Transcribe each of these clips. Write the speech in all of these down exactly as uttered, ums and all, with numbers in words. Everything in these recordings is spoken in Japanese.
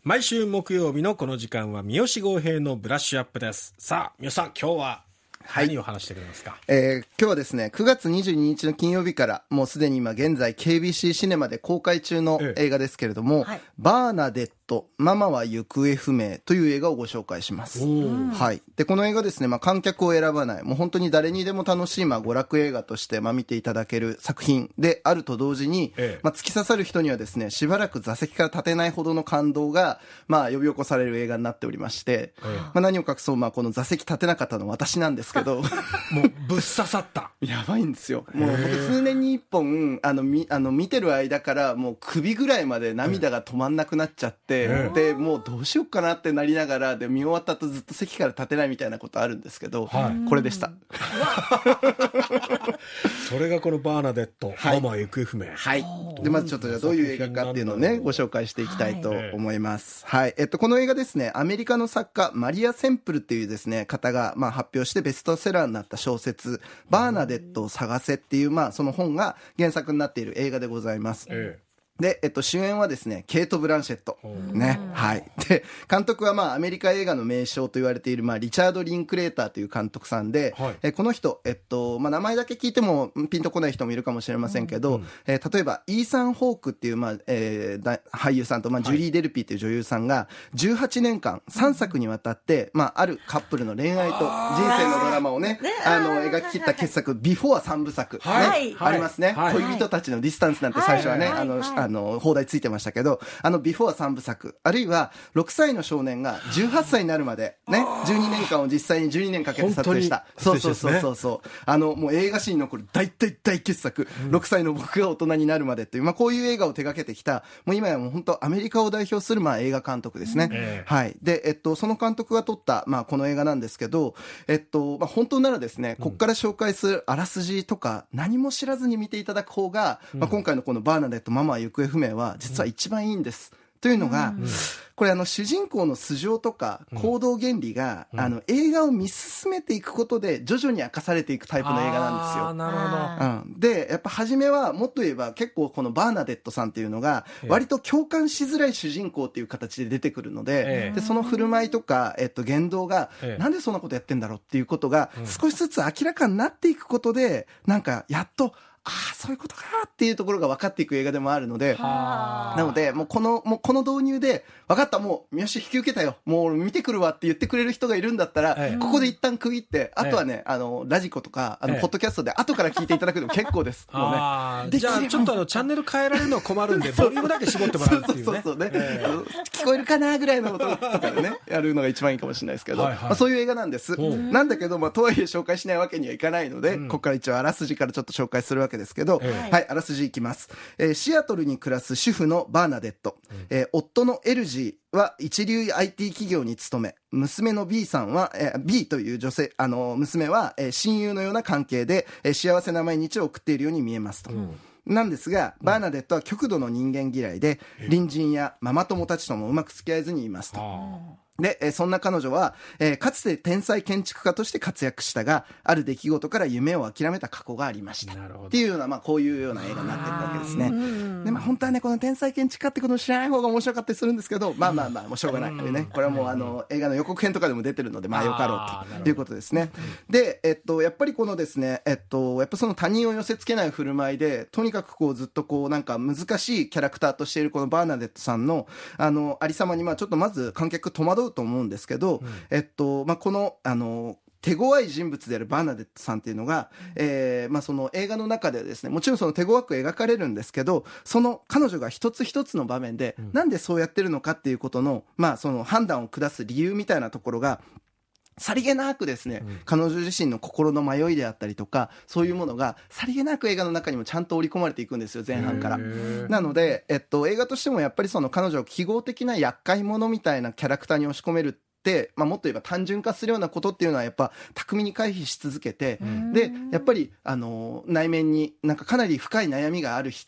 毎週木曜日のこの時間は三好豪平のブラッシュアップです。さあ三好さん、今日は何を話してくれますか？ はい、えー、今日はですねくがつにじゅうににちの金曜日からもうすでに今現在 ケービーシー シネマで公開中の映画ですけれども、ええはい、バーナデットママは行方不明という映画をご紹介します。はい、でこの映画ですね、まあ、観客を選ばないもう本当に誰にでも楽しい、まあ、娯楽映画として、まあ、見ていただける作品であると同時に、ええまあ、突き刺さる人にはですねしばらく座席から立てないほどの感動が、まあ、呼び起こされる映画になっておりまして、ええまあ、何を隠そう、まあ、この座席立てなかったのは私なんですけどもうぶっ刺さったやばいんですよ。もう僕数年に一本あのみあの見てる間からもう首ぐらいまで涙が止まんなくなっちゃって、でもうどうしようかなってなりながらで見終わった後ずっと席から立てないみたいなことあるんですけど、はい、これでしたそれがこのバーナデット、はい、ママ行方不明。 はいでまずちょっとじゃあどういう映画かっていうのをねご紹介していきたいと思います。はい、はいえっと、この映画ですねアメリカの作家マリア・センプルっていうですね方が、まあ、発表してベストセラーになった小説バーナデットを探せっていう、まあ、その本が原作になっている映画でございます。ええで、えっと、主演はですね、ケイト・ブランシェット。ね。はい。で、監督はまあ、アメリカ映画の名将と言われている、まあ、リチャード・リンクレーターという監督さんで、はい、えこの人、えっと、まあ、名前だけ聞いてもピンとこない人もいるかもしれませんけど、うんえー、例えば、イーサン・ホークっていう、まあ、えー、俳優さんと、まあ、ジュリー・デルピーという女優さんが、じゅうはちねんかん、さんさくにわたって、まあ、あるカップルの恋愛と人生のドラマをね、あの、描き切った傑作、ビフォーさんぶさく、ねはい、ありますね、はい。恋人たちのディスタンスなんて最初はね、はい、あの、はい、あの、放題ついてましたけど、あのビフォーさんぶさく、あるいはろくさいの少年がじゅうはっさいになるまでねじゅうにねんかんを実際にじゅうにねんかけて撮影した、そうそうそうそうそうあのもう映画史に残る大大大傑作、うん、ろくさいの僕が大人になるまでという、まあ、こういう映画を手掛けてきたもう今やもう本当アメリカを代表するまあ映画監督ですね、うんはいでえっと、その監督が撮った、まあ、この映画なんですけど、えっとまあ、本当ならですねここから紹介するあらすじとか何も知らずに見ていただく方が、うんまあ、今回のこのバーナデットママは行方不明は実は一番いいんです、うんというのが、うん、これあの主人公の素性とか行動原理が、うん、あの映画を見進めていくことで徐々に明かされていくタイプの映画なんですよ。 あーなるほど、 うん、でやっぱ初めはもっと言えば結構このバーナデットさんっていうのが割と共感しづらい主人公っていう形で出てくるので、ええ、でその振る舞いとか、えっと、言動が、ええ、なんでそんなことやってんだろうっていうことが少しずつ明らかになっていくことでなんかやっとああそういうことかっていうところが分かっていく映画でもあるので、なのでもうこのもうこの導入で分かったもう三好引き受けたよもう見てくるわって言ってくれる人がいるんだったら、ええ、ここで一旦区切ってあとはね、ええ、あのラジコとかあの、ええ、ポッドキャストで後から聞いていただくのも結構です。もうね、 あじゃあちょっとあのチャンネル変えられるのは困るんでボリュームだけ絞ってもらうっていうね。 そうそうそうね、ええ、あの聞こえるかなぐらいの音とかでねやるのが一番いいかもしれないですけど、はいはいまあ、そういう映画なんです。なんだけど、まあ、とはいえ紹介しないわけにはいかないので、うん、ここから一応あらすじからちょっと紹介するわけですけど、ええはい、あらすじいきます、えー、シアトルに暮らす主婦のバーナデット、うんえー、夫のエルジーは一流 アイティー 企業に勤め娘の B さんは、えー、B という女性あの娘は、えー、親友のような関係で、えー、幸せな毎日を送っているように見えますと、うんなんですがバーナデットは極度の人間嫌いで隣人やママ友たちともうまく付き合えずにいますと。で、えー、そんな彼女は、えー、かつて天才建築家として活躍したがある出来事から夢を諦めた過去がありましたっていうような、まあ、こういうような映画になってるわけですね。で、まあ、本当はねこの天才建築家ってことを知らない方が面白かったりするんですけどまあまあまあもうしょうがないこれねこれはもうあの映画の予告編とかでも出てるのでまあよかろうということですね。で、えっと、やっぱりこのですねえっとやっぱその他人を寄せ付けない振る舞いでとにかくこうずっとこうなんか難しいキャラクターとしているこのバーナデットさんのあのありさまにまあちょっとまず観客戸惑うと思うんですけどうんえっとまあ、この、あの手強い人物であるバーナデットさんっていうのが、えーまあ、その映画の中ではですねもちろんその手強く描かれるんですけどその彼女が一つ一つの場面で、うん、なんでそうやってるのかっていうことの、まあ、その判断を下す理由みたいなところがさりげなくですね、うん、彼女自身の心の迷いであったりとかそういうものがさりげなく映画の中にもちゃんと織り込まれていくんですよ前半から。なので、えっと、映画としてもやっぱりその彼女を記号的な厄介者みたいなキャラクターに押し込めるでまあ、もっと言えば単純化するようなことっていうのはやっぱ巧みに回避し続けてでやっぱりあの内面になんかかなり深い悩みがある人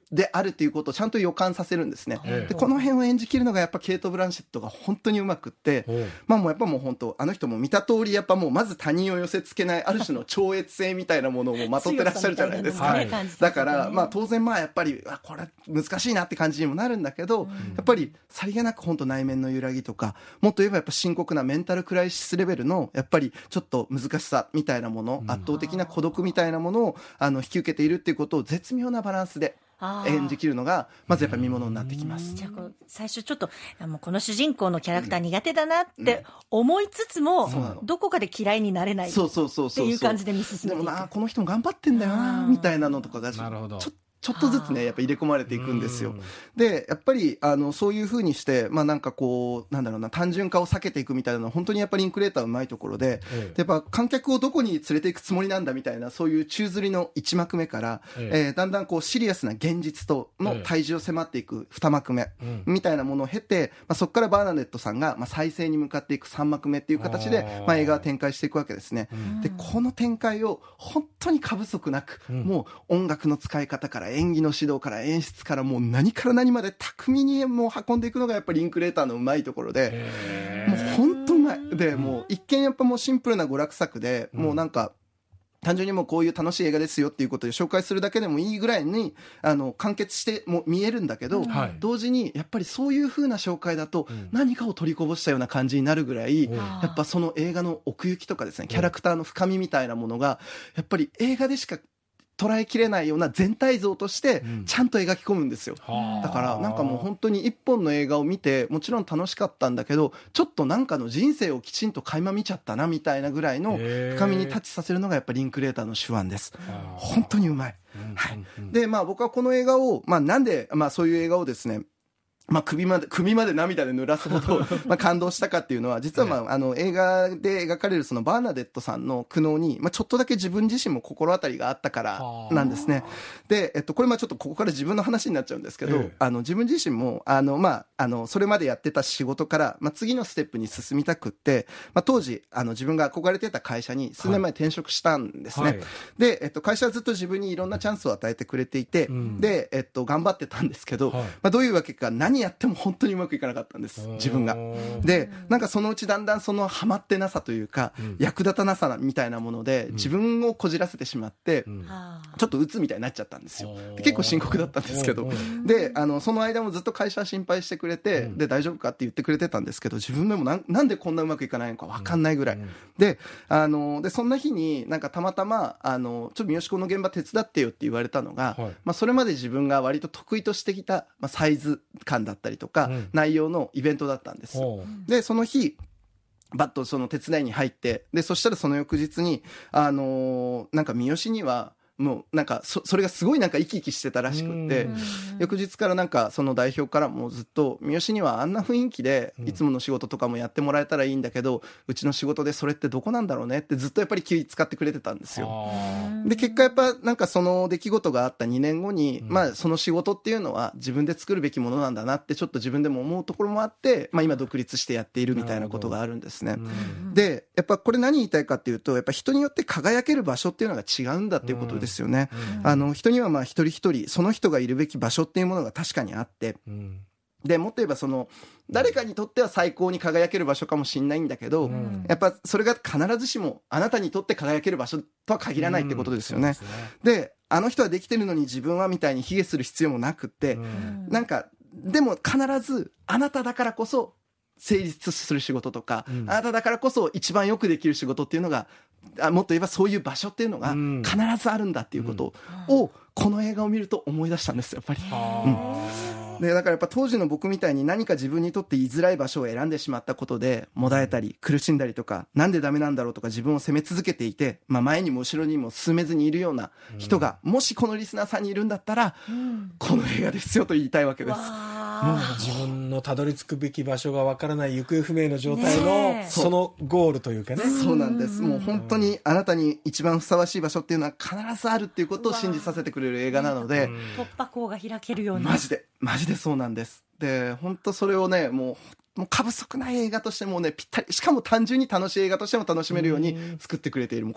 であるということをちゃんと予感させるんですね。でこの辺を演じきるのがやっぱケイト・ブランシェットが本当にうまくって、まあもうやっぱもう本当あの人も見た通りやっぱもうまず他人を寄せつけないある種の超越性みたいなものをもうまとってらっしゃるじゃないですか。はい、だからまあ当然まあやっぱりあこれ難しいなって感じにもなるんだけど、うん、やっぱりさりげなく本当内面の揺らぎとかもっと言えばやっぱ深刻なメンタルクライシスレベルのやっぱりちょっと難しさみたいなもの、うん、圧倒的な孤独みたいなものをあの引き受けているっていうことを絶妙なバランスで演じきるのがまずやっぱ見ものになってきます。 じゃあこう最初ちょっともうこの主人公のキャラクター苦手だなって思いつつも、うん、どこかで嫌いになれないっていう感じで見進めていく。 でもなこの人も頑張ってんだよなみたいなのとかがちょっとちょっとずつねやっぱ入れ込まれていくんですよ。でやっぱりあのそういう風にしてまあなんかこうなんだろうな単純化を避けていくみたいなのは本当にやっぱりリンクレーターうまいところで、ええ、でやっぱ観客をどこに連れていくつもりなんだみたいなそういう宙吊りのいち幕目から、えええー、だんだんこうシリアスな現実との対峙を迫っていくに幕目みたいなものを経て、まあ、そこからバーナデットさんがまあ再生に向かっていくさん幕目っていう形でまあ映画は展開していくわけですね。でこの展開を本当に過不足なく、うん、もう音楽の使い方から演技の指導から演出からもう何から何まで巧みにもう運んでいくのがやっぱりリンクレーターのうまいところで、もう本当うまいで、もう一見やっぱもうシンプルな娯楽作で、もうなんか単純にもうこういう楽しい映画ですよっていうことで紹介するだけでもいいぐらいにあの完結しても見えるんだけど、はい、同時にやっぱりそういう風な紹介だと何かを取りこぼしたような感じになるぐらい、うん、やっぱその映画の奥行きとかですね、キャラクターの深みみたいなものがやっぱり映画でしか捉えきれないような全体像としてちゃんと描き込むんですよ、うん、だからなんかもう本当に一本の映画を見てもちろん楽しかったんだけどちょっとなんかの人生をきちんと垣間見ちゃったなみたいなぐらいの深みにタッチさせるのがやっぱりリンクレーターの手腕です。本当にうまい、はい、でまあ僕はこの映画を、まあ、なんで、まあ、そういう映画をですねまあ、首まで、首まで涙で濡らすほど、まあ、感動したかっていうのは、実はまあ、あの、映画で描かれるそのバーナデットさんの苦悩に、まあ、ちょっとだけ自分自身も心当たりがあったからなんですね。で、えっと、これまあちょっとここから自分の話になっちゃうんですけど、ええ、あの、自分自身も、あの、まあ、あの、それまでやってた仕事から、まあ、次のステップに進みたくって、まあ、当時、あの、自分が憧れてた会社に数年前転職したんですね。はいはい、で、えっと、会社はずっと自分にいろんなチャンスを与えてくれていて、うん、で、えっと、頑張ってたんですけど、はい、まあ、どういうわけか何やっても本当にうまくいかなかったんです自分が。でなんかそのうちだんだんそのハマってなさというか、うん、役立たなさみたいなもので、うん、自分をこじらせてしまって、うん、ちょっと鬱みたいになっちゃったんですよ。結構深刻だったんですけど、であのその間もずっと会社は心配してくれて、うん、で大丈夫かって言ってくれてたんですけど自分でもな ん, なんでこんなうまくいかないのか分かんないぐらい、うん、であのでそんな日になんかたまたまあのちょっと三好君の現場手伝ってよって言われたのが、はい、まあ、それまで自分が割と得意としてきた、まあ、サイズ感だったりとか、うん、内容のイベントだったんです。でその日バッとその手伝いに入ってでそしたらその翌日にあのー、なんか三好にはもうなんか そ, それがすごいなんか生き生きしてたらしくって、翌日からなんかその代表からもずっと三好にはあんな雰囲気でいつもの仕事とかもやってもらえたらいいんだけど、うちの仕事でそれってどこなんだろうねってずっとやっぱり気使ってくれてたんですよ。で結果やっぱなんかその出来事があったにねんごに、まあその仕事っていうのは自分で作るべきものなんだなってちょっと自分でも思うところもあって、まあ今独立してやっているみたいなことがあるんですね。でやっぱこれ何言いたいかっていうと、やっぱ人によって輝ける場所っていうのが違うんだっていうことですですよね。うん、あの人にはまあ一人一人その人がいるべき場所っていうものが確かにあって、うん、でもっと言えばその誰かにとっては最高に輝ける場所かもしれないんだけど、うん、やっぱそれが必ずしもあなたにとって輝ける場所とは限らないってことですよね。うん、そうですね。であの人はできてるのに自分はみたいに卑下する必要もなくって、うん、なんかでも必ずあなただからこそ成立する仕事とか、うん、あなただからこそ一番よくできる仕事っていうのが、あもっと言えばそういう場所っていうのが必ずあるんだっていうことをこの映画を見ると思い出したんですやっぱり。うん、でだからやっぱ当時の僕みたいに何か自分にとって言いづらい場所を選んでしまったことでもだえたり苦しんだりとか、なんでダメなんだろうとか自分を責め続けていて、まあ、前にも後ろにも進めずにいるような人がもしこのリスナーさんにいるんだったら、うん、この映画ですよと言いたいわけです。 もう自分のたどり着くべき場所がわからない行方不明の状態のそのゴールというかね。 そうなんです。もう本当にあなたに一番ふさわしい場所っていうのは必ずあるっていうことを信じさせてくれる映画なので、 突破口が開けるような。 マジでマジでそうなんです。で本当それをねもうもう過不足ない映画としてもねぴったり、しかも単純に楽しい映画としても楽しめるように作ってくれている、もうこれ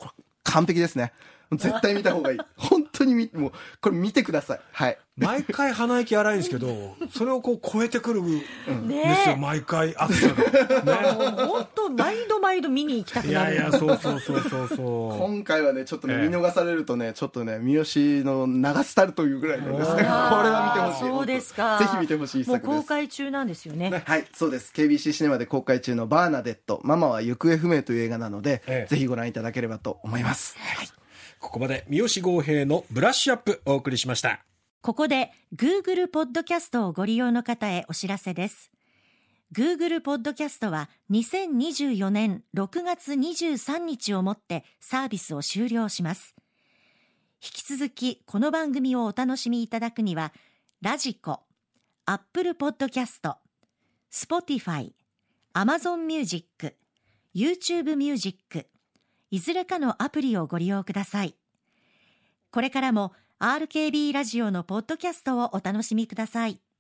完璧ですね。絶対見た方がいい。本当に見、もう、これ見てください。はい。 毎回鼻息荒いんですけど、それをこう超えてくるんですよ、毎回暑さが。 もう本当、毎度毎度見に行きたくなる。 いやいや、そうそうそうそうそう。 今回はね、ちょっとね、見逃されるとね、ちょっとね、三好の流したるというぐらいなんですね。これは見てほしい。 そうですか。 ぜひ見てほしい作です。 もう公開中なんですよね。 はい、そうです。ケービーシー シネマで公開中のバーナデット、ママは行方不明という映画なので、ぜひご覧いただければと思います。はい。 ここまで三好豪平のブラッシュアップお送りしました。 ここで Google ポッドキャストをご利用の方へお知らせです。Google ポッドキャストはにせんにじゅうよねんろくがつにじゅうさんにちをもってサービスを終了します。引き続きこの番組をお楽しみいただくには、ラジコ、Apple ポッドキャスト、Spotify、Amazon Music、YouTube Music、いずれかのアプリをご利用ください。これからも アールケービー ラジオのポッドキャストをお楽しみください。